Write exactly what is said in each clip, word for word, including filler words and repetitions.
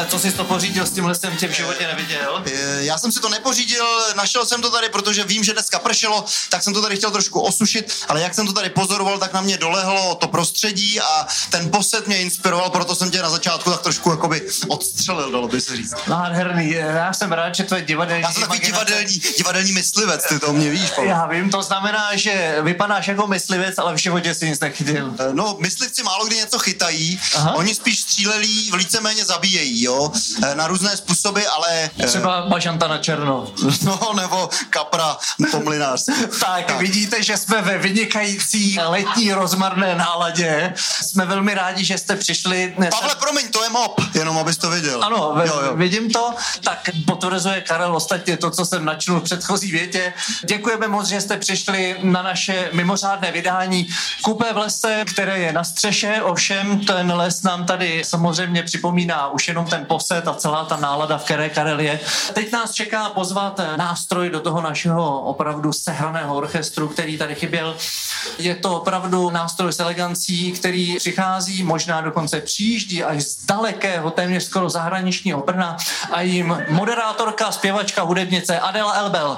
Ale co jsi to pořídil, s tímhle jsem tě v životě neviděl? Já jsem si to nepořídil, našel jsem to tady, protože vím, že dneska pršelo, tak jsem to tady chtěl trošku osušit, ale jak jsem to tady pozoroval, tak na mě dolehlo to prostředí a ten poset mě inspiroval, proto jsem tě na začátku tak trošku jakoby odstřelil, dalo by se říct. Nádherný, já jsem rád, že to je divadelní. Já jsem takový divadelní, divadelní myslivec, ty to mě víš, Pavel. Já vím, to znamená, že vypadáš jako myslivec, ale v životě si nic nechytil. No, myslivci málo kdy něco chytají, Aha. Oni spíš střílelí, víceméně zabíjejí, jo, na různé způsoby, ale... Třeba bažanta na černo. No, nebo kapra po mlynářsku. tak, tak, vidíte, že jsme ve vynikající letní rozmarné náladě. Jsme velmi rádi, že jste přišli. Pavle, promiň, to je mop, jenom abys to viděl. Ano, ve, jo, jo. vidím to. Tak potvrzuje Karel ostatně to, co jsem načnul v předchozí větě. Děkujeme moc, že jste přišli na naše mimořádné vydání Kupé v lese, které je na střeše, ovšem ten les nám tady samozřejmě připomíná už jenom ten poset a celá ta nálada, v které Karel je. Teď nás čeká pozvat nástroj do toho našeho opravdu sehraného orchestru, který tady chyběl. Je to opravdu nástroj s elegancí, který přichází, možná dokonce přijíždí až z dalekého, téměř skoro zahraničního Brna a jim moderátorka, zpěvačka, hudebnice Adela Elbel.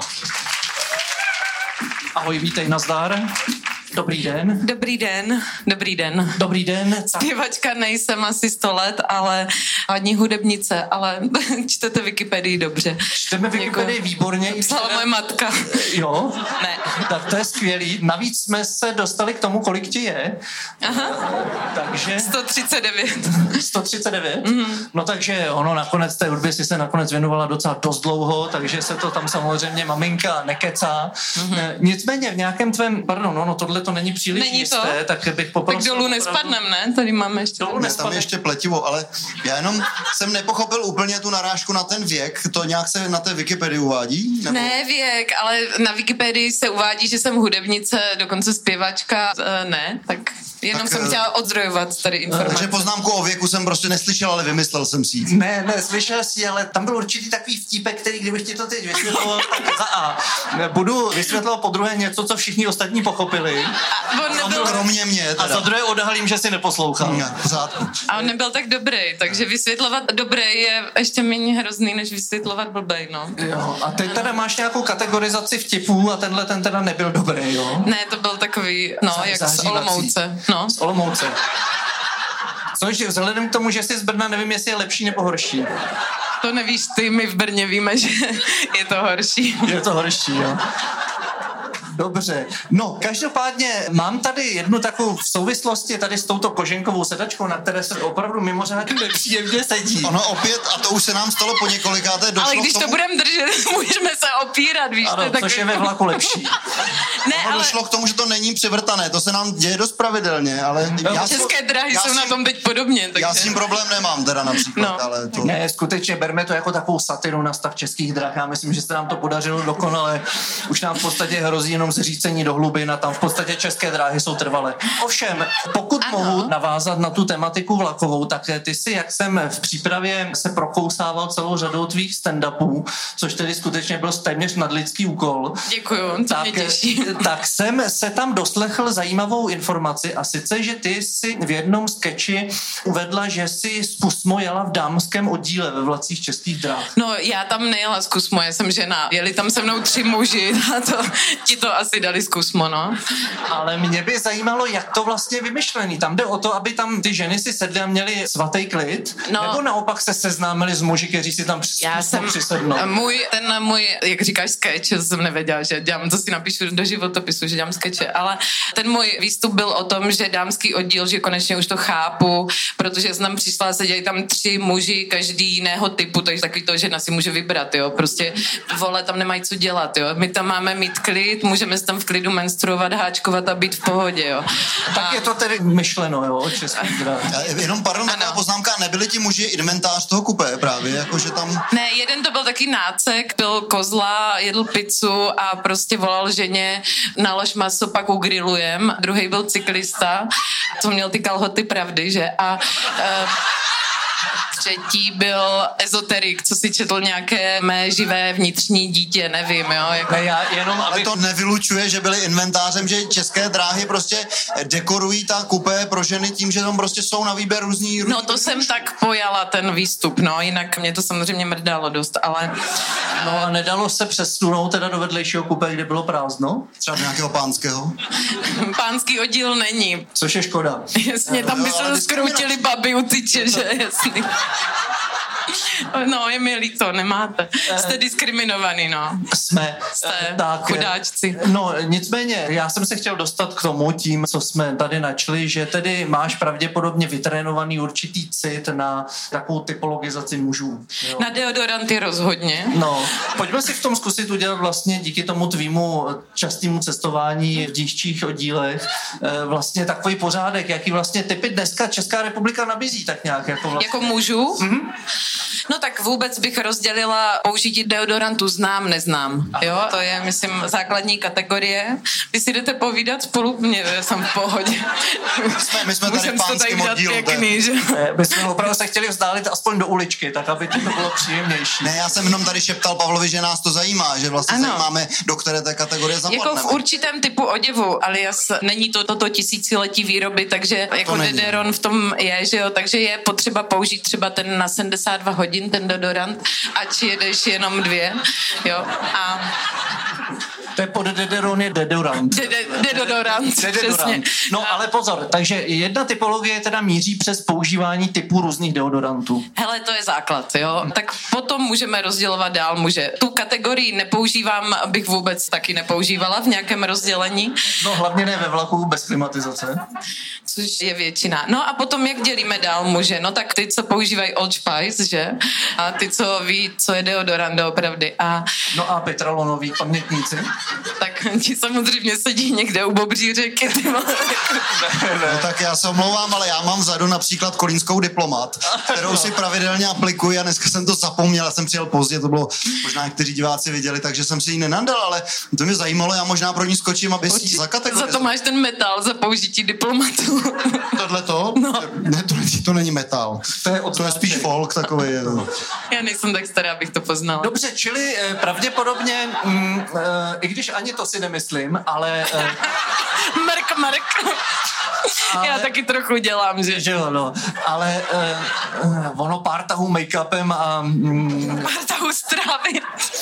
Ahoj, vítej, nazdar. Dobrý den. Dobrý den, dobrý den. Dobrý den. Zpěvačka nejsem asi sto let, ale ani hudebnice, ale čtete Wikipedii dobře. Čteme Wikipedii výborně. Psala moje matka. Jo? Ne. Tak to je skvělý. Navíc jsme se dostali k tomu, kolik ti je. Aha. Takže... sto třicet devět. sto třicet devět? Mm-hmm. No takže ono nakonec té hudbě si se nakonec věnovala docela dost dlouho, takže se to tam samozřejmě maminka nekecá. Mm-hmm. Nicméně v nějakém tvém, pardon, no, no tohle to není příliš není jisté, to? tak bych poprosil... Tak dolů nespadnem, ne? Tady máme ještě... Dolů ne, tam je ještě pletivo, ale já jenom jsem nepochopil úplně tu narážku na ten věk, to nějak se na té Wikipedii uvádí? Nebo... Ne věk, ale na Wikipedii se uvádí, že jsem hudebnice, dokonce zpěvačka, uh, ne, tak jenom tak, jsem chtěla oddrojovat tady informace. Takže poznámku o věku jsem prostě neslyšel, ale vymyslel jsem si ji. Ne, ne, slyšel jsi, ale tam byl určitý takový vtípek, který kdybych ti to teď vysvětloval, tak za A. Budu vysvětlovat po druhé něco, co všichni ostatní pochopili. A on nebyl... Kromě mě teda. A za druhé odhalím, že si neposlouchal. Ne, pořádku. A on nebyl tak dobrý, takže vysvětlovat dobrý je ještě méně hrozný, než vysvětlovat blbej, no. Jo, a teď teda máš nějakou kategorizaci vtipů a tenhle ten teda nebyl dobrý, jo? Ne, to byl takový, no, Zá- jak z zahřívací. Olomouce, no. Z Olomouce. Což vzhledem k tomu, že jsi z Brna, nevím, jestli je lepší nebo horší. To nevíš ty, my v Brně víme, že je to horší. Je to horší, jo. Dobře. No, každopádně mám tady jednu takovou v souvislosti tady s touto koženkovou sedačkou, na které se opravdu mimořádně nepříjemně sedí. Ono opět, a to už se nám stalo po několikáté, došlo Ale když k tomu... to budeme držet, můžeme se opírat, víš? Ano, to je tak což je jako... ve vlaku lepší. Ne, Ono ale došlo k tomu, že to není převrtané, to se nám děje dost pravidelně, ale... Já české dráhy já jsou s na tím- tom teď podobně, takže... Já s tím problém nemám teda například, No. ale to... Ne, skutečně berme to jako takovou satiru na stav českých drah. Já myslím, že se nám to podařilo dokonale. Už nám v podstatě hrozí jenom zřícení do hlubin a tam v podstatě české dráhy jsou trvalé. Ovšem, pokud Ano. mohu navázat na tu tematiku vlakovou, tak ty si, jak jsem v přípravě se prokousával celou řadou tvých stand-upů, což tedy skutečně byl téměř nadlidský úkol. Děkuju, to mě těší. tak jsem se tam doslechl zajímavou informaci a sice, že ty si v jednom sketchi uvedla, že si z Kusmo jela v dámském oddíle ve vlacích českých dráh. No, já tam nejela z Kusmo, já jsem žena. Jeli tam se mnou tři muži a to, ti to asi dali z Kusmo, no. Ale mě by zajímalo, jak to vlastně je vymyšlený. Tam jde o to, aby tam ty ženy si sedly a měly svatý klid, No. nebo naopak se seznámili s muži, kteří si tam při- Já jsem, přisednou. můj, ten můj, jak říkáš, sketch, jsem nevěděla, že dělám, to si napíšu do životopisu, že dělám skeče, ale ten můj výstup byl o tom, že dámský oddíl, že konečně už to chápu, protože jsem tam přišla a seděli tam tři muži, každý jiného typu, takže takový to, že žena si může vybrat, jo, prostě vole, tam nemají co dělat, jo, my tam máme mít klid, můžeme se tam v klidu menstruovat, háčkovat a být v pohodě, jo. Tak A... je to tedy myšleno, jo, o českých drah. Jenom pardon, taková poznámka, nebyli ti muži inventář toho kupé právě, jakože tam... Ne, jeden to byl taky nácek, byl kozla, jedl pizzu a prostě volal ženě, nalož maso, pak ugrilujem. Druhý byl cyklista, co měl ty kalhoty pravdy, že? A... Uh, třetí byl ezoterik, co si četl nějaké mé živé vnitřní dítě, nevím, jo. Jako... Ne, já jenom, ale abych... to nevylučuje, že byly inventářem, že České dráhy prostě dekorují ta kupé pro ženy tím, že tam prostě jsou na výběr různý... různý no to jsem tak pojala ten výstup, no, jinak mě to samozřejmě mrdalo dost, ale... No a nedalo se přesunout teda do vedlejšího kupé, kde bylo prázdno? Třeba nějakého pánského? Pánský oddíl není. Což je škoda. Jasně, tam by se skroutili baby u tyče, že jasný. No, je mi líto, nemáte. Jste diskriminovaný, no. Jsme. Jste tak, chudáčci. No, nicméně, já jsem se chtěl dostat k tomu tím, co jsme tady načli, že tedy máš pravděpodobně vytrénovaný určitý cit na takovou typologizaci mužů. Jo. Na deodoranty rozhodně. No, pojďme si v tom zkusit udělat vlastně díky tomu tvýmu častému cestování v díščích oddílech vlastně takový pořádek, jaký vlastně typy dneska Česká republika nabízí tak nějak. Jako, vlastně. Jako mužů? Mm-hmm. No tak vůbec bych rozdělila použití deodorantu znám, neznám. Jo, to je, myslím, základní kategorie. Vy si jdete povídat spolu? Mě, jsem v pohodě. Jsme, my jsme tady v pánském oddílu. Pěkný, že? My jsme opravdu se chtěli vzdálit aspoň do uličky, tak aby to bylo příjemnější. Ne, já jsem jenom tady šeptal Pavlovi, že nás to zajímá, že vlastně zajímáme, do které té kategorie zapadneme. Jako v určitém typu oděvu, alias není to toto tisíciletí výroby, takže jako dederon v tom je, že jo, takže je potřeba použít třeba ten na sedmdesát dva hodin, ten deodorant, ať jedeš jenom dvě, jo, a... To je pod dederon je deodorant. Dedodorant, přesně. No ale pozor, takže jedna typologie teda míří přes používání typů různých deodorantů. Hele, to je základ, jo. Tak potom můžeme rozdělovat dál muže. Tu kategorii nepoužívám, abych vůbec taky nepoužívala v nějakém rozdělení. No hlavně ne ve vlaku bez klimatizace. Což je většina. No a potom jak dělíme dál muže? No tak ty, co používají Old Spice, že? A ty, co ví, co je deodorant doopravdy. A... No a petrolonoví pamětníci? Tak ti samozřejmě sedí někde u bobří řeky, ty vole. Ne, ne. No tak já se omlouvám, ale já mám vzadu například kolínskou diplomat, kterou si pravidelně aplikuji a dneska jsem to zapomněl, já jsem přijel pozdě, to bylo možná někteří diváci viděli, takže jsem si ji nenandal, ale to mě zajímalo, já možná pro ní skočím, aby si ji zakategorizoval. Za to máš ten metal, za použití diplomatu. Tohle to? No. Ne, to, to není metal. To je, to je spíš folk takový. Je. Já nejsem tak stará, abych to poznala. Dobře, čili eh, pravděpodobně, mm, eh, i když ani to si nemyslím, ale... Eh, mrk, mrk. Ale, já taky trochu dělám, že? Že jo, no. Ale uh, ono pár tahů make-upem a... Mm, pár tahů strávit.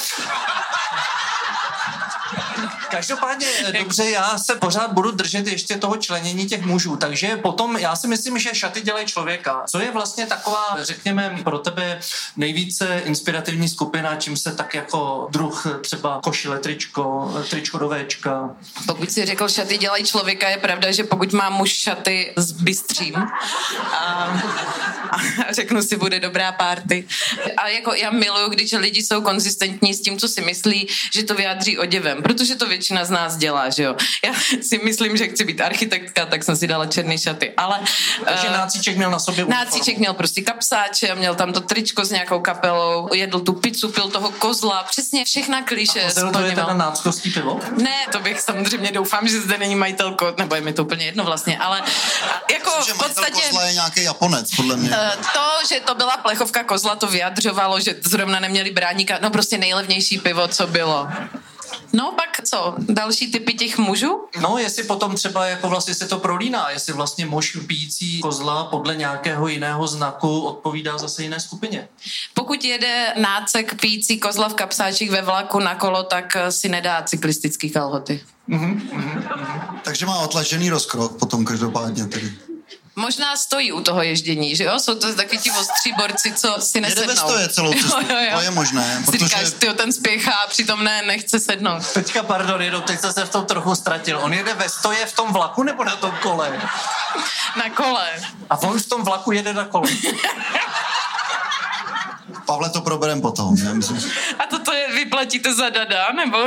Každopádně, dobře, já se pořád budu držet ještě toho členění těch mužů, takže potom já si myslím, že šaty dělají člověka. Co je vlastně taková, řekněme, pro tebe nejvíce inspirativní skupina, čím se tak jako druh třeba košile, tričko, tričko do véčka? Pokud si řekl, šaty dělají člověka, je pravda, že pokud má muž šaty s bystřím a, a řeknu si, bude dobrá party. A jako já miluju, když lidi jsou konzistentní s tím, co si myslí, že to vyjádří oděvem, protože to většina z nás dělá, že jo. Já si myslím, že chci být architektka, tak jsem si dala černé šaty, ale... Takže uh, nácíček měl na sobě uniformu. Nácíček měl prostě kapsáče, měl tam to tričko s nějakou kapelou, jedl tu pizzu, pil toho kozla, přesně všechna kliše. A to je teda náckostý pivo? Ne, to bych samozřejmě doufám, že zde není majitelko, nebo je mi to úplně jedno vlastně, ale jako myslím, v podstatě... kozla je nějaký Japonec, podle mě. To, že to byla plechovka kozla, to vyjadřovalo, že zrovna neměli bráníka, no prostě nejlevnější pivo, co bylo. No pak co? Další typy těch mužů? No, jestli potom třeba jako vlastně se to prolíná, jestli vlastně muž pijící kozla podle nějakého jiného znaku odpovídá zase jiné skupině. Pokud jede nácek pijící kozla v kapsáčích ve vlaku na kolo, tak si nedá cyklistický kalhoty. Mm-hmm, mm-hmm. Takže má otlačený rozkrok potom každopádně tedy. Možná stojí u toho ježdění, že jo? Jsou to takový ti ostří borci, co si nesednou. Jede ve stoje celou cestu, jo, jo, jo. To je možné. Si protože... říkáš, tyjo, ten spěchá a přitom ne, nechce sednout. Teďka, pardon, jenom teď jsem se v tom trochu ztratil. On jede ve stoje v tom vlaku nebo na tom kole? Na kole. A on v tom vlaku jede na kole. Pavle, to proberem potom. Já myslím. A toto je, vyplatíte za dada, nebo?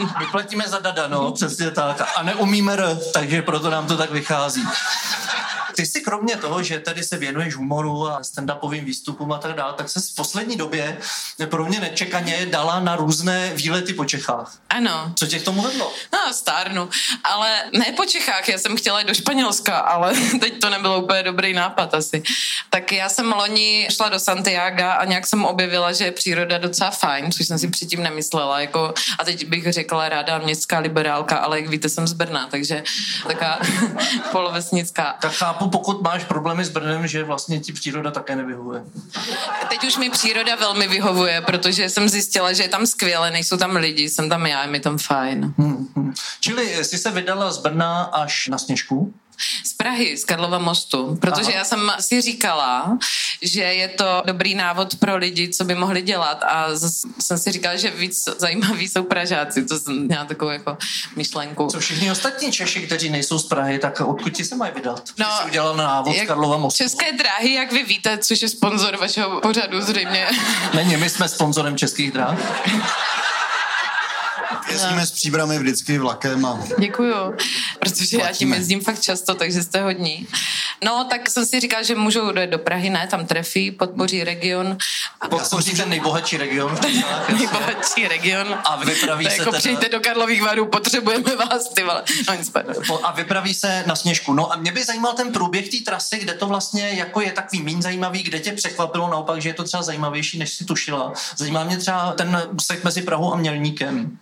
Vyplatíme za dada, no, přesně tak. A neumíme R, takže proto nám to tak vychází. Ty si kromě toho, že tady se věnuješ humoru a stand-upovým výstupům a tak dále, tak se v poslední době pro mě nečekaně dala na různé výlety po Čechách. Ano. Co tě k tomu vedlo? No, stárnu. Ale ne po Čechách, já jsem chtěla jít do Španělska, ale teď to nebylo úplně dobrý nápad asi. Tak já jsem loni šla do Santiaga a nějak jsem objevila, že je příroda docela fajn, což jsem si předtím nemyslela. Jako, a teď bych řekla ráda městská liberálka, ale jak víte, jsem z Brna, takže taková polovesnická. Tak chápu, pokud máš problémy s Brnem, že vlastně ti příroda také nevyhovuje. Teď už mi příroda velmi vyhovuje, protože jsem zjistila, že je tam skvěle, nejsou tam lidi, jsem tam já, je mi tam fajn. Hmm, hmm. Čili jsi se vydala z Brna až na Sněžku? Z Prahy, z Karlova mostu, protože Aha. já jsem si říkala, že je to dobrý návod pro lidi, co by mohli dělat a jsem si říkala, že víc zajímaví jsou Pražáci, to jsem měla takovou jako myšlenku. Co všichni ostatní Češi, kteří nejsou z Prahy, tak odkud ti se mají vydat? No, jsi udělal návod z Karlova mostu. České dráhy, jak vy víte, což je sponzor vašeho pořadu zřejmě. Není, my jsme sponzorem Českých dráh. Jezdíme s Příbrami vždycky vlakem a... Děkuju, protože platíme. Já tím jezdím fakt často, takže jste hodní. No, tak jsem si říkala, že můžou dojít do Prahy, ne, tam trefí, podpoří region. Podpoří ten nejbohatší region. Nejbohatší region. A vypraví se jako teda... přijďte do Karlových Varů, potřebujeme vás, ty vole. No, nic A vypraví se na Sněžku. No a mě by zajímal ten průběh té trasy, kde to vlastně jako je takový méně zajímavý, kde tě překvapilo naopak, že je to třeba zajímavější, než si tušila. Zajímá mě třeba ten úsek mezi Prahou a Mělníkem.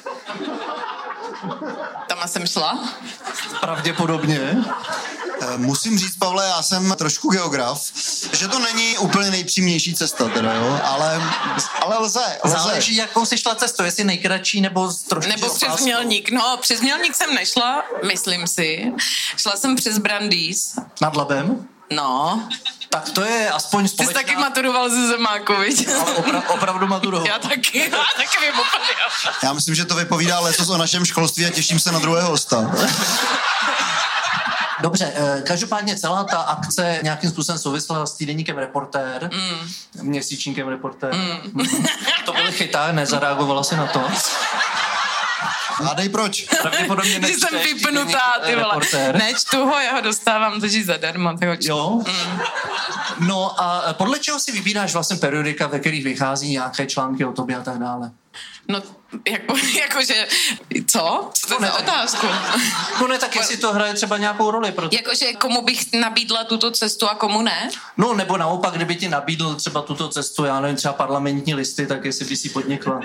Tam jsem šla? Pravděpodobně. Musím říct, Pavle, já jsem trošku geograf, že to není úplně nejpřímější cesta teda, jo, ale, ale lze, lze. Záleží, jakou si šla cestu, jestli nejkratší nebo trošku Nebo přes Mělník. No, přes Mělník jsem nešla, myslím si. Šla jsem přes Brandýs. Nad Labem? No. Tak to je aspoň společná... Ty jsi taky maturoval ze Zemáku, viď? Ale opra- opravdu maturoval. Já taky, já taky vím úplně. Já myslím, že to vypovídá letos o našem školství a těším se na druhého hosta. Dobře, každopádně celá ta akce nějakým způsobem souvisela s týdeníkem Reportér, mm. měsíčníkem Reportér. Mm. To byly chytá, nezareagovala si na to. Hádej proč? Pravděpodobně nečteš jsem vypnutá, ty vole. Nečtu ho, já ho dostávám totiž zadarmo. Tak ho čtu. Jo? Mm. No a podle čeho si vybíráš vlastně periodika, ve kterých vychází nějaké články o tobě a tak dále? No, jako, jakože, co? Co to je ne, za otázku? No ne, tak jestli to hraje třeba nějakou roli. Proto... Jakože komu bych nabídla tuto cestu a komu ne? No, nebo naopak, kdyby ti nabídl třeba tuto cestu, já nevím, třeba parlamentní listy, tak jestli by si podnikla.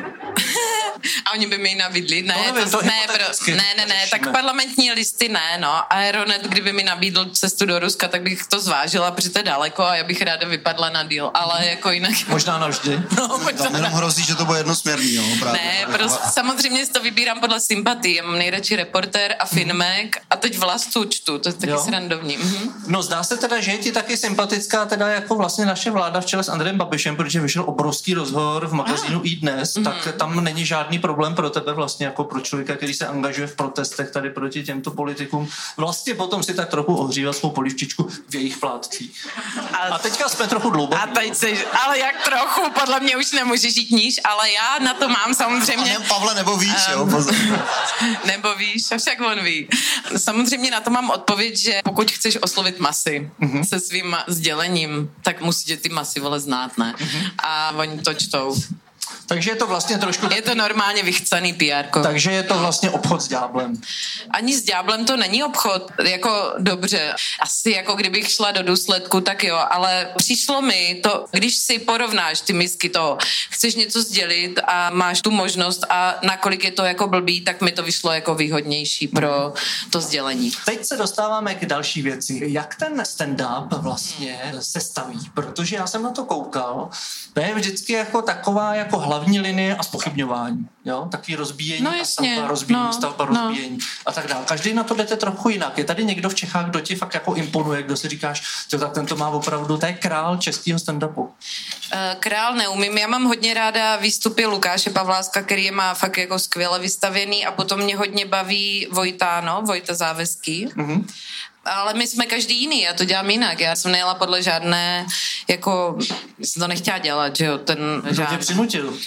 A oni by mi ji nabídli? Ne, to nevím, to, to ne, pro, ne, ne, ne, tak parlamentní listy ne, no. Aeronet, kdyby mi nabídl cestu do Ruska, tak bych to zvážila, protože to je daleko a já bych ráda vypadla na díl, ale jako jinak... Možná navždy. No, možná Tam jenom hrozí, že to bude jednosměrný, jo, právě. Ne, prostě samozřejmě si to vybírám podle sympatii. Já mám nejradši Reportér a Finmek a teď Vlastu čtu, to je taky jo. srandovní. Mhm. No zdá se teda, že je ti taky sympatická teda jako vlastně naše vláda v čele s Andrejem Babišem, protože vyšel obrovský rozhovor v magazínu ah. iDnes, mm. tak tam není žádný problém pro tebe vlastně jako pro člověka, který se angažuje v protestech tady proti těmto politikům. Vlastně potom si tak trochu ohřívat svou polivčičku v jejich plátcích. A, a teďka jsme trochu dlouho. A teď jsi, ale jak trochu, podle mě už nemůžeš jít níž, ale já na to mám samozřejmě... Ne, Pavle, nebo víš, um, jo? Pozor. Nebo víš, a však on ví. Samozřejmě na to mám odpověď, že pokud chceš oslovit masy mm-hmm. se svým sdělením, tak musíte ty masy vole znát, ne? Mm-hmm. A oni to čtou. Takže je to vlastně trošku... Je to normálně vychcený pé érko. Takže je to vlastně obchod s ďáblem. Ani s ďáblem to není obchod. Jako dobře, asi jako kdybych šla do důsledku, tak jo, ale přišlo mi to, když si porovnáš ty misky toho, chceš něco sdělit a máš tu možnost a nakolik je to jako blbý, tak mi to vyšlo jako výhodnější pro to sdělení. Teď se dostáváme k další věci. Jak ten stand-up vlastně se staví? Protože já jsem na to koukal, to je vždycky jako taková jako hlavní linie a zpochybňování, jo? Takový rozbíjení no, a stavba rozbíjení, no, stavba no. rozbíjení a tak dále. Každý na to jdete trochu jinak. Je tady někdo v Čechách, kdo ti fakt jako imponuje, kdo si říkáš, že tak ten to má opravdu, to je král českého stand-upu. Král neumím, já mám hodně ráda výstupy Lukáše Pavláska, který je má fakt jako skvěle vystavěný a potom mě hodně baví Vojta, no, Vojta Záveský. Mm-hmm. Ale my jsme každý jiný, já to dělám jinak. Já jsem nejela podle žádné, jako, jsem to nechtěla dělat, že jo, ten žádný. Kdo tě přinutil?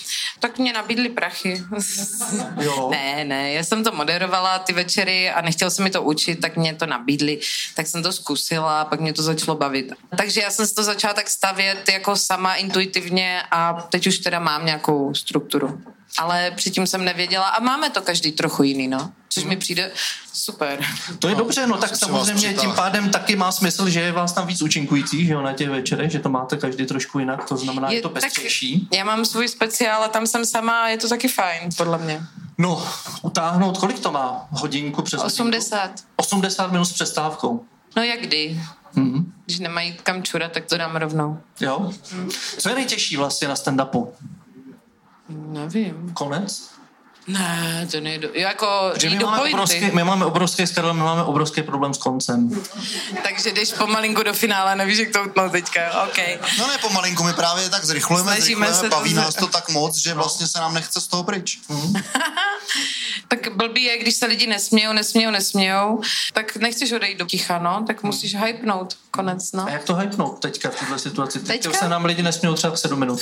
tak mě nabídli prachy. Jo. Ne, ne, já jsem to moderovala ty večery a nechtěl jsem mi to učit, tak mě to nabídli, tak jsem to zkusila a pak mě to začalo bavit. Takže já jsem si to začala tak stavět jako sama intuitivně a teď už teda mám nějakou strukturu. Ale předtím jsem nevěděla a máme to každý trochu jiný, no. Což mi přijde super. To je dobře, no tak samozřejmě tím pádem taky má smysl, že je vás tam víc účinkujících, že jo, na těch večerech, že to máte každý trošku jinak, to znamená, je, je to pestřejší. Já mám svůj speciál a tam jsem sama a je to taky fajn, podle mě. No, utáhnout, kolik to má? Hodinku přes osmdesát. Hodinku? osmdesát minut s přestávkou. No jak kdy? Mm-hmm. Když nemají kam čurat, tak to dám rovnou. Jo? Mm. Co je nejtěžší vlastně na stand-upu? Nevím. Konec? Ne, to nejdu. Jako my, máme obrovský, my máme obrovský skandál, my máme obrovský problém s koncem. Takže jdeš pomalinku do finále, nevíš, jak to utnout teďka, OK. No ne pomalinku, my právě tak zrychlujeme, zrychlujeme, baví to... nás to tak moc, že vlastně se nám nechce z toho pryč. Mm. Tak blbý je, když se lidi nesmějou, nesmějou, nesmějou, tak nechceš odejít do ticha, no, tak musíš hypnout konec, no. A jak to hypnout teďka v této situaci? Teďka už se nám lidi nesmějou třeba sedm minut.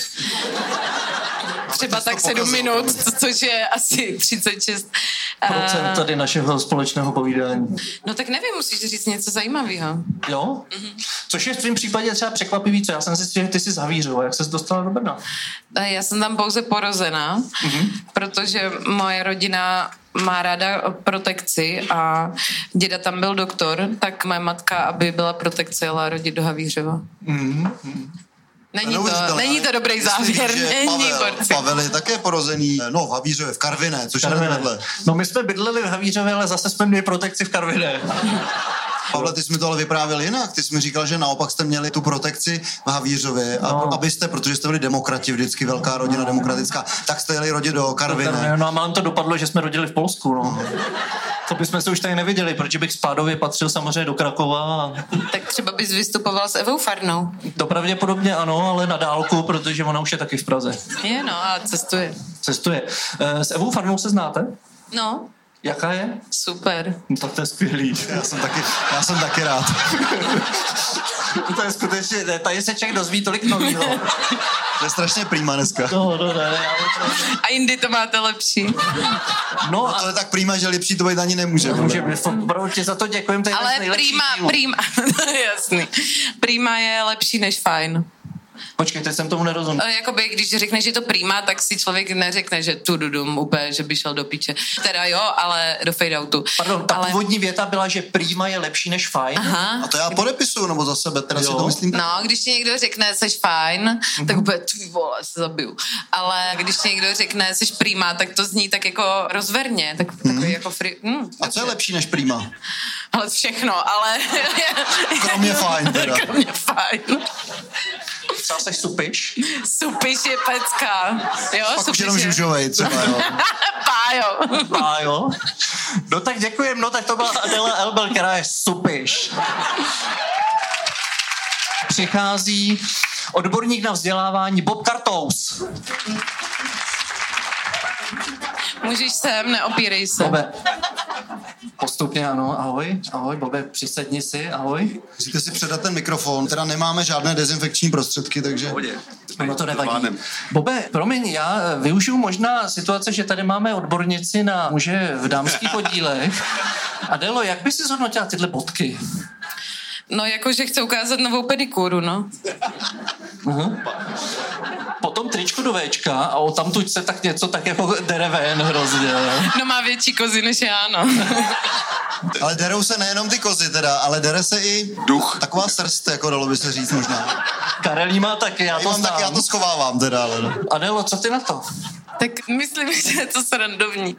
Třeba tak sedm minut, což je asi třicet šest procent tady našeho společného povídání. No tak nevím, musíš říct něco zajímavého. Jo? Mm-hmm. Což je v tvém případě třeba překvapivý, co já jsem si že ty jsi z Havířova, jak ses dostala do Brna? Já jsem tam pouze porozená, mm-hmm. protože moje rodina má ráda protekci a děda tam byl doktor, tak moje matka, aby byla protekce, jela rodit do Havířova. Mm-hmm. Není to, není to dobrý závěr, myslím, není Pavel, Pavel je také porozený, no v Havířově, v Karviné, což Karviné. Je vedle. No my jsme bydleli v Havířově, ale zase jsme měli protekci v Karviné. Pavle, ty jsi mi to ale vyprávěl jinak. Ty jsi mi říkal, že naopak jste měli tu protekci v Havířově, no. abyste, protože jste byli demokrati vždycky, velká rodina no. demokratická, tak jste jeli rodit do Karviné. No a mám to dopadlo, že jsme rodili v Polsku, no. no. To bychom se už tady neviděli, protože bych spádově patřil samozřejmě do Krakova. A... Tak třeba bys vystupoval s Evou Farnou. To pravděpodobně ano, ale na dálku, protože ona už je taky v Praze. Je, no a cestuje. Cestuje. S Evou Farnou se znáte? No. Jaká je? Super. No, tak to je skvělý. Já jsem taky, já jsem taky rád. To je skutečně, tady se člověk dozví tolik novýho. To je strašně prýma dneska. No, no, ne, já a jindy to máte lepší. No, no to je tak prýma, že lepší to být ani nemůže. Nemůže, opravdu ti za to děkujem. Ale prýma, prýma, to je jasný. Prýma je lepší než fajn. Počkej, teď jsem tomu nerozuměl. Jakoby, když řekneš, že to prýma, tak si člověk neřekne, že tu dudum úplně, že by šel do píče. Teda jo, ale do fade outu. Pardon, ta ale... původní věta byla, že prýma je lepší než fajn. Aha. A to já podepisuju, nebo za sebe, teda jo. si to myslím. No, když ti někdo řekne, seš fajn, mm-hmm. tak úplně, tvý vole, se zabiju. Ale když ti někdo řekne, seš prýma, tak to zní tak jako rozverně, tak, mm-hmm. takový jako free... Mm, A co je lepší než prýma? Ale všechno, ale... Kromě fajn teda. Kromě fajn. Třeba seš supiš? Supiš je pecka. Jo, pak už jenom žužovej třeba, jo. Pájo. Pájo. No tak děkujem, no tak to byla Adela Elbel, která je supiš. Přichází odborník na vzdělávání Bob Kartous. Můžeš sem, neopírej se. Bobe. Postupně ano, ahoj, ahoj, Bobe, přisedni si, ahoj. Musíte si předat ten mikrofon, teda nemáme žádné dezinfekční prostředky, takže... No to nevadí. Bobe, promiň, já využiju možná situace, že tady máme odbornici na muže v dámských oddílech. Adelo, jak bys si zhodnotila tyhle bodky? No, jakože chce ukázat novou pedikúru, no. Uh-huh. Potom tričko do Véčka a o tamtuť se tak něco tak jako dere ven hrozně. No má větší kozy než já, no. Ale derou se nejenom ty kozy teda, ale dere se i duch. Taková srst, jako dalo by se říct možná. Karelí má taky, já to znám. Tak já to schovávám teda, ale no. Adelo, co ty na to? Tak myslím, že je to srandovní.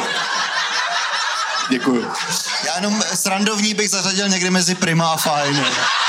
Děkuju. Já jenom srandovní bych zařadil někdy mezi prima a fajn.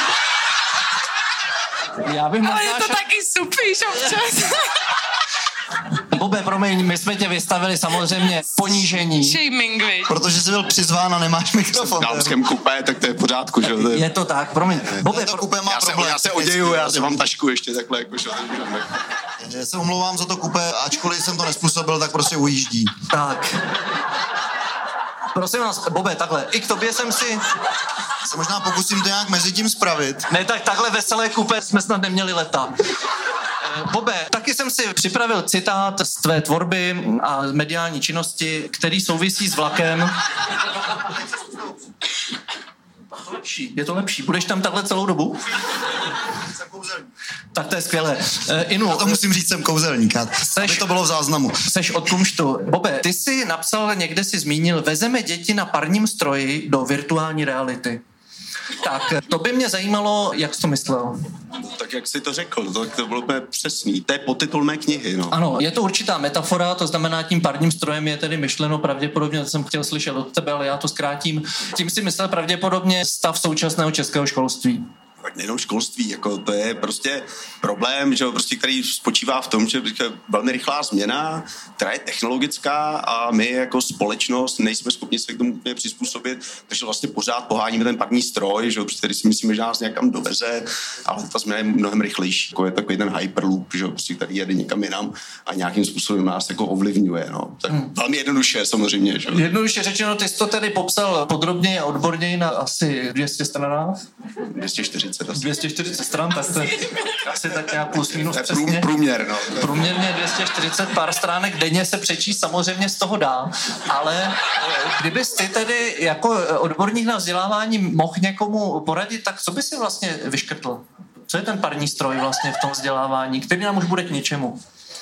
Já bych ale je to šel... taky supíš občas. Bobe, promiň, my jsme tě vystavili samozřejmě ponížení. Shaming, viď? Protože jsi byl přizván a nemáš mikrofon. V dámském kupé, tak to je v pořádku, že jo? Je to tak, promiň. Bobe, to kupé má já problém. Se, já se oděju, já si mám tašku ještě takhle, jako že Já se omlouvám za to kupé, ačkoliv jsem to nespůsobil, tak prostě ujíždí. Tak. Prosím vás, Bobe, takhle, i k tobě jsem si... Se možná pokusím to nějak mezi tím spravit. Ne, tak takhle veselé kupé jsme snad neměli leta. Bobe, taky jsem si připravil citát z tvé tvorby a mediální činnosti, který souvisí s vlakem. Lepší. Je to lepší. Budeš tam takhle celou dobu? Jsem kouzelník. Tak to je skvělé. Uh, Inu, Já to musím říct, jsem kouzelník, seš, aby to bylo v záznamu. Seš od kumštu. Bobe, ty jsi napsal, někde si zmínil, vezeme děti na parním stroji do virtuální reality. Tak, to by mě zajímalo, jak jsi to myslel. Tak jak jsi to řekl, to, to bylo úplně přesný. To je podtitul mé knihy, no. Ano, je to určitá metafora, to znamená, tím parním strojem je tedy myšleno pravděpodobně, to jsem chtěl slyšet od tebe, ale já to zkrátím. Tím si myslel pravděpodobně stav současného českého školství. Tak nejenom školství, jako to je prostě problém, že prostě, který spočívá v tom, že je velmi rychlá změna, která je technologická a my jako společnost nejsme schopni se k tomu úplně přizpůsobit, takže vlastně pořád poháníme ten parní stroj, že který si myslíme, že nás někam doveze, ale ta změna je mnohem rychlejší, jako je takový ten hyperloop, že prostě, který jede někam jinam a nějakým způsobem nás jako ovlivňuje, no. Tak hmm. velmi jednoduše samozřejmě, že? Jednoduše řečeno, ty jsi to tedy popsal podrobněji a odborněji na asi dvě stě stranách? dvě stě čtyřicet dvě stě čtyřicet stran, tak to je asi tak nějak plus minus přesně. přesně. Průměr, no. Průměrně dvě stě čtyřicet pár stránek denně se přečíst samozřejmě z toho dá, ale kdybys ty tedy jako odborník na vzdělávání mohl někomu poradit, tak co by si vlastně vyškrtl? Co je ten parní stroj vlastně v tom vzdělávání, který nám už bude k ničemu?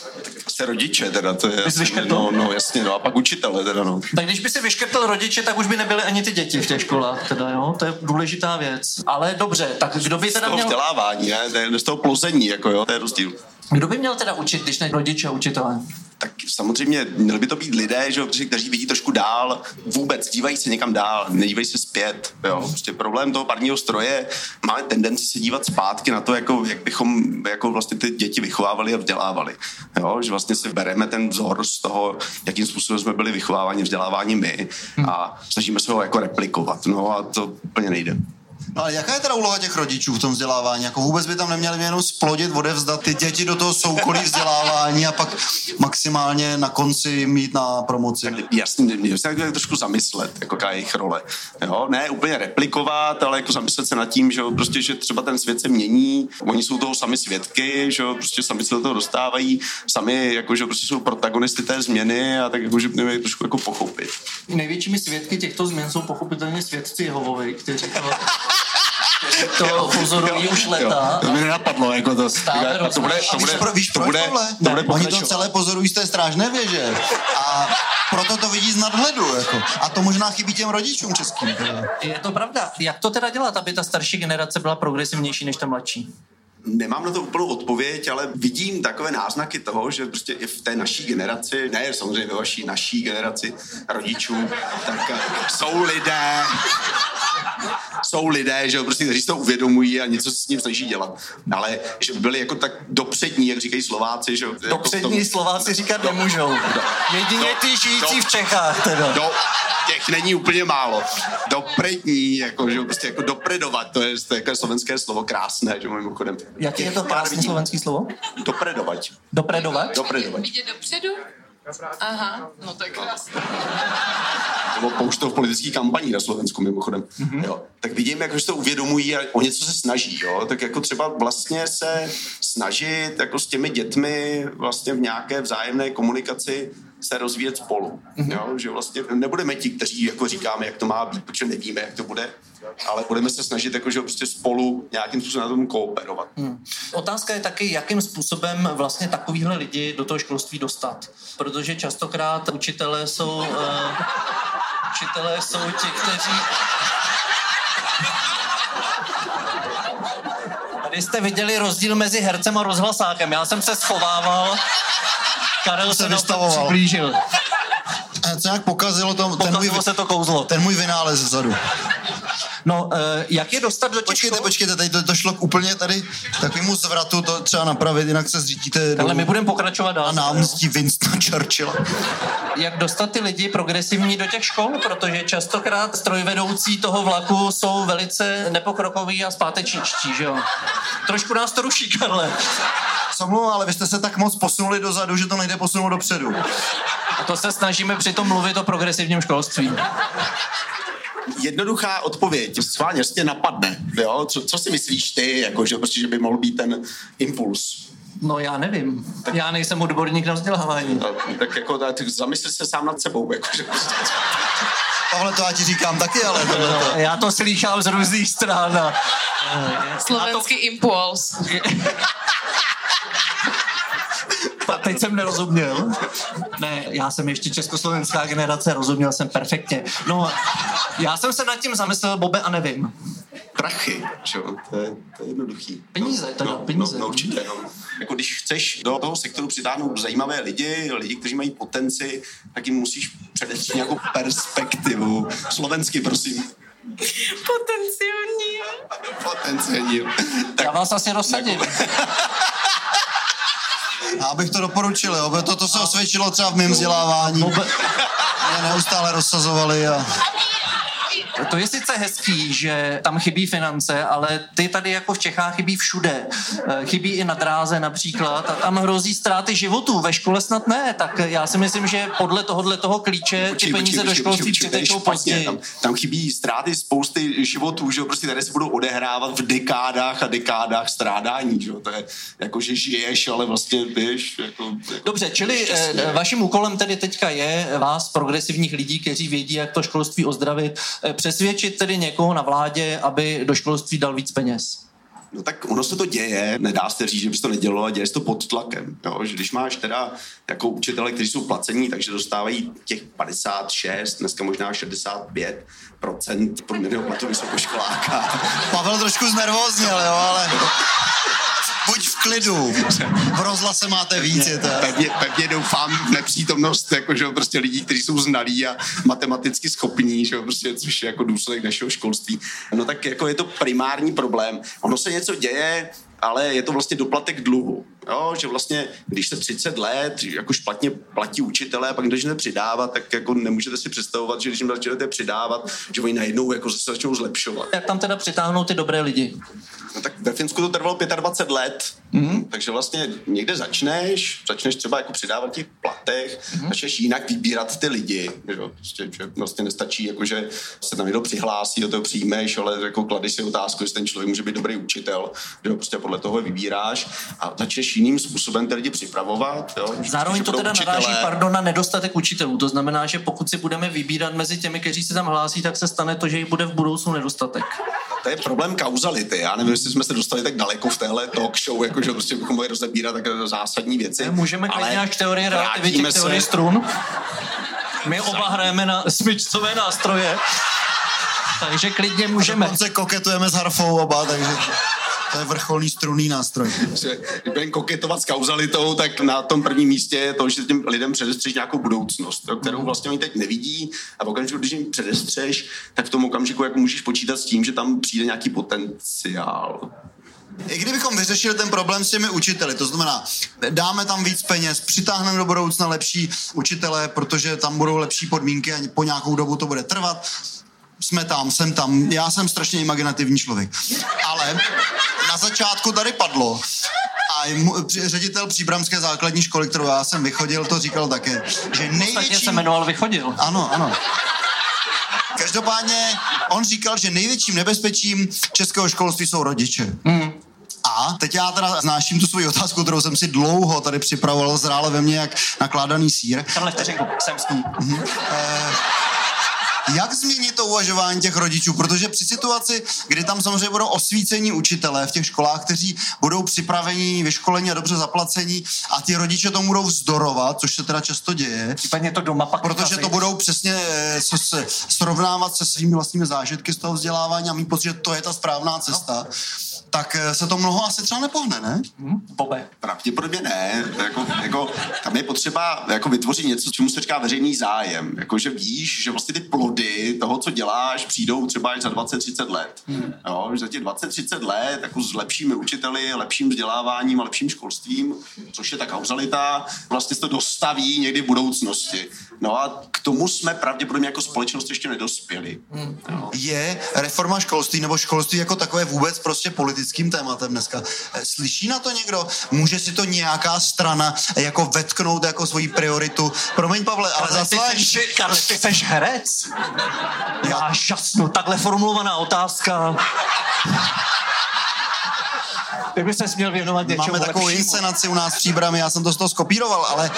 Se rodiče teda, to je... Jasně, no, no, jasně, no, a pak učitele teda, no. Tak když by si vyškrtl rodiče, tak už by nebyly ani ty děti v těch školách, teda, jo, to je důležitá věc. Ale dobře, tak kdo by teda měl... Z toho vzdělávání, ne, z toho plození, jako jo, to je rozdíl. Kdo by měl teda učit, když ne rodiče a učitelé? Tak samozřejmě měli by to být lidé, že, kteří vidí trošku dál, vůbec dívají se někam dál, nedívají se zpět. Jo. Prostě problém toho parního stroje, máme tendenci se dívat zpátky na to, jako, jak bychom jako vlastně ty děti vychovávali a vzdělávali. Jo. Že vlastně si bereme ten vzor z toho, jakým způsobem jsme byli vychováváni, vzděláváni my a snažíme se ho jako replikovat. No a to úplně nejde. No ale jaká je teda úloha těch rodičů v tom vzdělávání? Jako vůbec by tam neměli jenom splodit, odevzdat ty děti do toho soukolí vzdělávání a pak maximálně na konci mít na promoci? Tak jasně, mě se tak trošku zamyslet, jako jaká je jejich role. Jo? Ne úplně replikovat, ale jako zamyslet se nad tím, že, prostě, že třeba ten svět se mění, oni jsou toho sami svědky, že prostě sami se do toho dostávají, sami jako, že prostě jsou protagonisty té změny a tak jako, že měli trošku jako pochopit. Největšími svědky těchto změn jsou pochopitelně svědci Jehovovi, kteří to... To pozorují už leta. To mi nenapadlo, jako to. Stále to bude, to bude, víš, víš proč bude, tohle? To bude Oni to celé pozorují z té strážné věže. A proto to vidí z nadhledu. Jako. A to možná chybí těm rodičům českým. Je to pravda. Jak to teda dělat, aby ta starší generace byla progresivnější než ta mladší? Nemám na to úplnou odpověď, ale vidím takové náznaky toho, že prostě i v té naší generaci, ne samozřejmě ve vaší naší generaci rodičů, tak jsou lidé, jsou lidé, že prostě, kteří si to uvědomují a něco s tím snaží dělat. Ale že by byli jako tak dopřední, jak říkají Slováci, že... Dopřední jako Slováci říkat do, nemůžou. Do, Jedině ty žijící do, v Čechách teda. Do, těch není úplně málo. Dopřední, jako, že prostě jako dopredovat, to je, to je jako slovenské slovo krásné, že mimochodem. Jaký je to krásné slovenský slovo? Dopredovat. Dopredovat? Dopredovat. Vidět dopředu? Aha, no to je krásné. Nebo pouštou v politických kampaní na Slovensku mimochodem. Mm-hmm. Jo. Tak vidím, jako, že to uvědomují a o něco se snaží. Jo. Tak jako třeba vlastně se snažit jako s těmi dětmi vlastně v nějaké vzájemné komunikaci se rozvíjet spolu. Mm-hmm. Jo. Že vlastně nebudeme ti, kteří jako říkáme, jak to má být, protože nevíme, jak to bude, ale budeme se snažit jako, že prostě spolu nějakým způsobem na tom kooperovat. Hmm. Otázka je taky, jakým způsobem vlastně takovýhle lidi do toho školství dostat. Protože častokrát učitelé jsou uh, učitelé jsou ti, kteří... Tady jste viděli rozdíl mezi hercem a rozhlasákem. Já jsem se schovával, Karel se naopak přiblížil. Co nějak pokazilo, to, ten, můj, se to kouzlo. ten můj vynález vzadu. No, uh, jak je dostat do těch Počkejte, škol? počkejte, tady to, to šlo k úplně tady takovému zvratu, to třeba napravit, jinak se zřítíte Ale my budeme pokračovat dál. A námstí Winstona Churchilla. Jak dostat ty lidi progresivní do těch škol? Protože častokrát strojvedoucí toho vlaku jsou velice nepokrokoví a zpátečničtí, že jo? Trošku nás to ruší, Karle. Samluvám, ale vy jste se tak moc posunuli dozadu, že to nejde posunout dopředu. A to se snažíme přitom mluvit o progresivním školství. Jednoduchá odpověď, schválně, tě napadne, jo? Co, co si myslíš ty, jako, že, prostě, že by mohl být ten impuls? No já nevím. Tak... Já nejsem odborník na vzdělávání. A, tak jako, tak zamysli se sám nad sebou. Jako, že... Pavle, to já ti říkám taky, ale tohleto. Já to slýchám z různých stran. A... Slovenský to... impuls. Teď jsem nerozuměl. Ne, já jsem ještě československá generace, rozuměl jsem perfektně. No, já jsem se nad tím zamyslel, Bobe, a nevím. Prachy, čo? To je, to je jednoduchý. Peníze, teda, no, peníze. No, no určitě, no. Jako když chceš do toho sektoru přitáhnout zajímavé lidi, lidi, kteří mají potenci, tak jim musíš předestřít nějakou perspektivu. Slovensky, prosím. Potenciální. Potenciální. Tak, já vás asi rozsadím. Já bych to doporučil, jo, to, to se osvědčilo třeba v mém vzdělávání. Mě neustále rozsazovali a... To je sice hezký, že tam chybí finance, ale ty tady jako v Čechách chybí všude. Chybí i na dráze například a tam hrozí ztráty životů. Ve škole snad ne, tak já si myslím, že podle tohohle toho klíče ty počkej, peníze počkej, do školství počkej, přitečou později. Tam, tam chybí ztráty spousty životů, že prostě tady se budou odehrávat v dekádách a dekádách strádání, že to je jako, že žiješ, ale vlastně běž. Jako, jako dobře, čili šťastně. Vaším úkolem tedy teďka je vás, progresivních lidí, kteří vědí, jak to školství ozdravit, přesvědčit tedy někoho na vládě, aby do školství dal víc peněz. No tak ono se to děje, nedá se říct, že bys to nedělalo, a děje se to pod tlakem. Jo? Že když máš teda jako učitele, kteří jsou placení, takže dostávají těch padesát šest, dneska možná šedesát pět procent průměrného platu vysokoškoláka. Pavel trošku znervózněl, jo, ale... Buď v klidu. V rozhlase máte víc, je to. Pevně, pevně doufám v nepřítomnost jako, že prostě lidí, kteří jsou znalí a matematicky schopní, že prostě, což je jako důsledek našeho školství. No tak jako je to primární problém. Ono se něco děje, ale je to vlastně doplatek dluhu. Jo, že vlastně, když se třicet let jako špatně platí učitelé a pak když začnete přidávat, tak jako nemůžete si představovat, že když jim začnete přidávat, že oni najednou jako se začnou zlepšovat. Jak tam teda přitáhnout ty dobré lidi? No tak ve Finsku to trvalo dvacet pět let, mm-hmm. takže vlastně někde začneš, začneš třeba jako přidávat těch platech, mm-hmm. začneš jinak vybírat ty lidi, že, prostě, že vlastně nestačí, jako, že se tam někdo přihlásí, do toho přijmeš, ale jako kladeš si otázku, jestli ten člověk může být dobrý učitel, že prostě podle toho vybíráš a začneš jiným způsobem ty lidi připravovat. Jo? Zároveň to teda učitelé... naráží, pardon, na nedostatek učitelů. To znamená, že pokud si budeme vybírat mezi těmi, kteří se tam hlásí, tak se stane to, že jich bude v budoucnu nedostatek. To je problém kauzality. Já nevím, jestli jsme se dostali tak daleko v téhle talk show, jako, že prostě bychom mohli rozebírat tak zásadní věci. Můžeme klidně až teorie relativity, k teorii strun. My oba hrajeme na smyčcové nástroje, takže klidně můžeme. Dokonce koketujeme s harfou oba, takže... To je vrcholný strunný nástroj. Když budeme koketovat s kauzalitou, tak na tom prvním místě je to, že těm lidem předestřeš nějakou budoucnost, kterou vlastně oni teď nevidí a v okamžiku, když jim předestřeš, tak v tom okamžiku jako můžeš počítat s tím, že tam přijde nějaký potenciál. I kdybychom vyřešili ten problém s těmi učiteli, to znamená, dáme tam víc peněz, přitáhneme do budoucna lepší učitele, protože tam budou lepší podmínky a po nějakou dobu to bude trvat, jsme tam, jsem tam, já jsem strašně imaginativní člověk. Ale na začátku tady padlo a ředitel příbramské základní školy, kterou já jsem vychodil, to říkal také, že největší... Ostatně se jmenoval Vychodil. Ano, ano. Každopádně on říkal, že největším nebezpečím českého školství jsou rodiče. Mm. A teď já teda znáším tu svoji otázku, kterou jsem si dlouho tady připravoval, zrále ve mně jak nakládaný sýr. Karle, vteřinku, jsem s tím. Mm-hmm. Eh, Jak změnit to uvažování těch rodičů? Protože při situaci, kdy tam samozřejmě budou osvícení učitelé v těch školách, kteří budou připraveni, vyškolení a dobře zaplacení a ty rodiče tomu budou vzdorovat, což se teda často děje. Případně to doma pak protože to budou přesně se, se srovnávat se svými vlastními zážitky z toho vzdělávání a mít pocit, že to je ta správná cesta. No. Tak se to mnoho asi třeba nepohne, ne? Hmm, Bobe. Pravděpodobně ne. Jako, jako, tam je potřeba jako vytvořit něco, čemu se říká veřejný zájem. Jako, že víš, že vlastně ty plody toho, co děláš, přijdou třeba až za dvacet třicet let. Hmm. Jo, že za těch dvacet třicet let jako s lepšími učiteli, lepším vzděláváním a lepším školstvím, což je ta kauzalita, vlastně se to dostaví někdy v budoucnosti. No a k tomu jsme pravděpodobně jako společnost ještě nedospěli. Hmm. Je reforma školství nebo školství jako takové vůbec prostě politickým tématem dneska. Slyší na to někdo? Může si to nějaká strana jako vetknout jako svoji prioritu? Promiň, Pavle, ale Karle, zase... Ty seš, Karle, ty seš herec? Já žasnu, takhle formulovaná otázka. Ty by se směl věnovat něčemu Máme takovou lepšímu. inscenaci u nás v Příbrami, já jsem to z toho skopíroval, ale...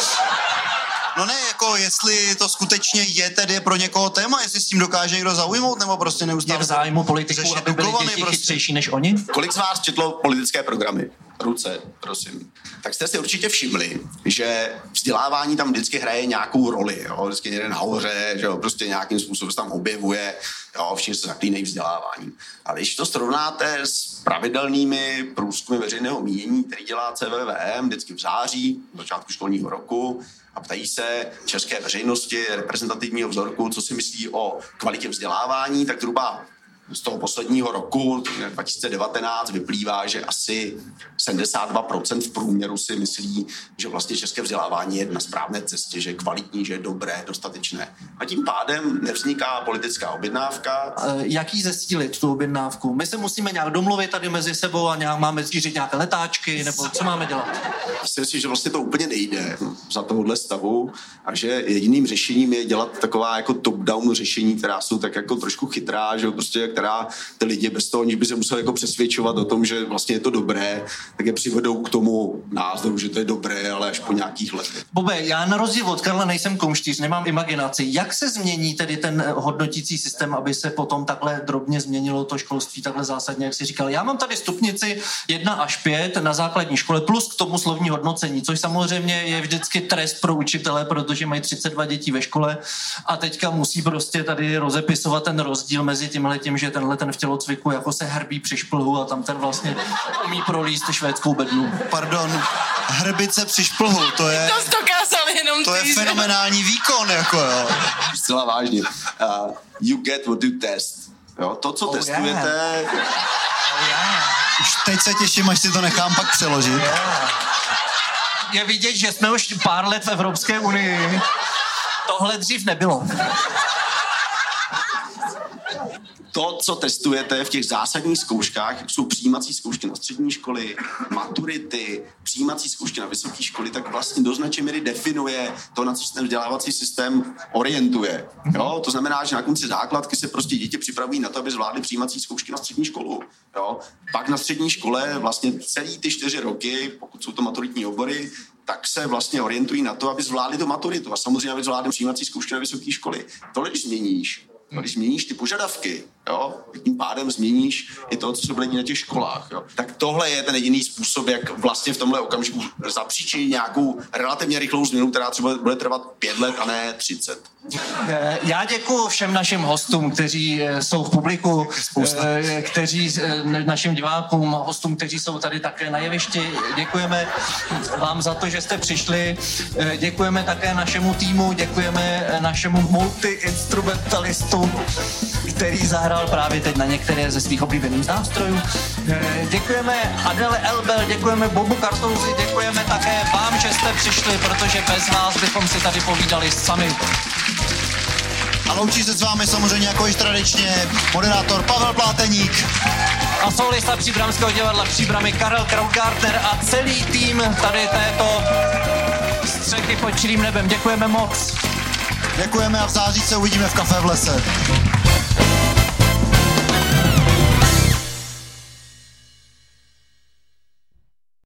No ne, jako jestli to skutečně je tedy pro někoho téma, jestli s tím dokáže někdo zaujmout, nebo prostě neustále... Je v zájmu politiků, řešit aby byli Dukovany, děti prostě. chytřejší než oni? Kolik z vás četlo politické programy? Ruce, prosím. Tak jste si určitě všimli, že vzdělávání tam vždycky hraje nějakou roli. Jo? Vždycky někde nahoře, že jo? Prostě nějakým způsobem se tam objevuje, jo? Všichni se zaklínají vzděláváním. A když to srovnáte s pravidelnými průzkumy veřejného mínění, který dělá C V V M vždycky v září, v začátku školního roku, a ptají se české veřejnosti reprezentativního vzorku, co si myslí o kvalitě vzdělávání, tak zhruba z toho posledního roku, dva tisíce devatenáct, vyplývá, že asi sedmdesát dva procent v průměru si myslí, že vlastně české vzdělávání je na správné cestě, že je kvalitní, že je dobré, dostatečné. A tím pádem nevzniká politická objednávka. Jaký zestílit tu objednávku? My se musíme nějak domluvit tady mezi sebou a nějak máme zřídit nějaké letáčky, nebo co máme dělat? Já si myslím, že vlastně to úplně nejde za tohohle stavu a že jediným řešením je dělat taková jako top-down řešení, která jsou tak jako trošku chytrá, že prostě, která ty lidi bez toho, aniž by se museli jako přesvědčovat o tom, že vlastně je to dobré, tak je přivedou k tomu názoru, že to je dobré, ale až po nějakých letech. Bobe, já na rozdíl od Karla nejsem kumštíř, nemám imaginaci. Jak se změní tedy ten hodnotící systém, aby se potom takhle drobně změnilo to školství takhle zásadně, jak jsi říkal? Já mám tady stupnici jedna až pět na základní škole plus k tomu slovní hodnocení, což samozřejmě je vždycky trest pro učitele, protože mají třicet dva dětí ve škole a teďka musí prostě tady rozepisovat ten rozdíl mezi tímhletím, že tenhle ten v tělocviku jako se hrbí při šplhu a tam ten vlastně umí prolíst švédskou bednu. Pardon, hrbice při šplhu, to je... To jsi dokázal jenom To ty, je že? fenomenální výkon, jako jo. Zcela vážně. Uh, you get what you test. Jo, to, co Oh, testujete... Oh, yeah. Už teď se těším, až si to nechám pak přeložit. Yeah. Je vidět, že jsme už pár let v Evropské unii. Tohle dřív nebylo. To, co testujete v těch zásadních zkouškách, jsou přijímací zkoušky na střední školy, maturity, přijímací zkoušky na vysoké školy, tak vlastně do značné míry definuje to, na co se ten vzdělávací systém orientuje. Jo? To znamená, že na konci základky se prostě děti připravují na to, aby zvládly přijímací zkoušky na střední školu. Jo? Pak na střední škole vlastně celý ty čtyři roky, pokud jsou to maturitní obory, tak se vlastně orientují na to, aby zvládli tu maturitu a samozřejmě, aby zvládli přijímací zkoušky na vysoké školy. Tohle, když změníš, když změníš ty požadavky, jo, tím pádem změníš i to, co se bude dít na těch školách, jo. Tak tohle je ten jediný způsob, jak vlastně v tomhle okamžiku zapříčinit nějakou relativně rychlou změnu, která třeba bude trvat pět let a ne třicet. Já děkuji všem našim hostům, kteří jsou v publiku, kteří našim divákům, hostům, kteří jsou tady také na jevišti. Děkujeme vám za to, že jste přišli. Děkujeme také našemu týmu, děkujeme našemu multi-instrumentalistu, který zahrál právě teď na některé ze svých oblíbených nástrojů. Děkujeme Adele Elbel, děkujeme Bobu Kartouzi, děkujeme také vám, že jste přišli, protože bez vás bychom si tady povídali sami. A loučí se s vámi samozřejmě jako již tradičně moderátor Pavel Pláteník. A solista Příbramského divadla Příbramy Karel Krautgartner a celý tým tady této Střechy pod čirým nebem. Děkujeme moc. Děkujeme a v září se uvidíme v Kafe v lese.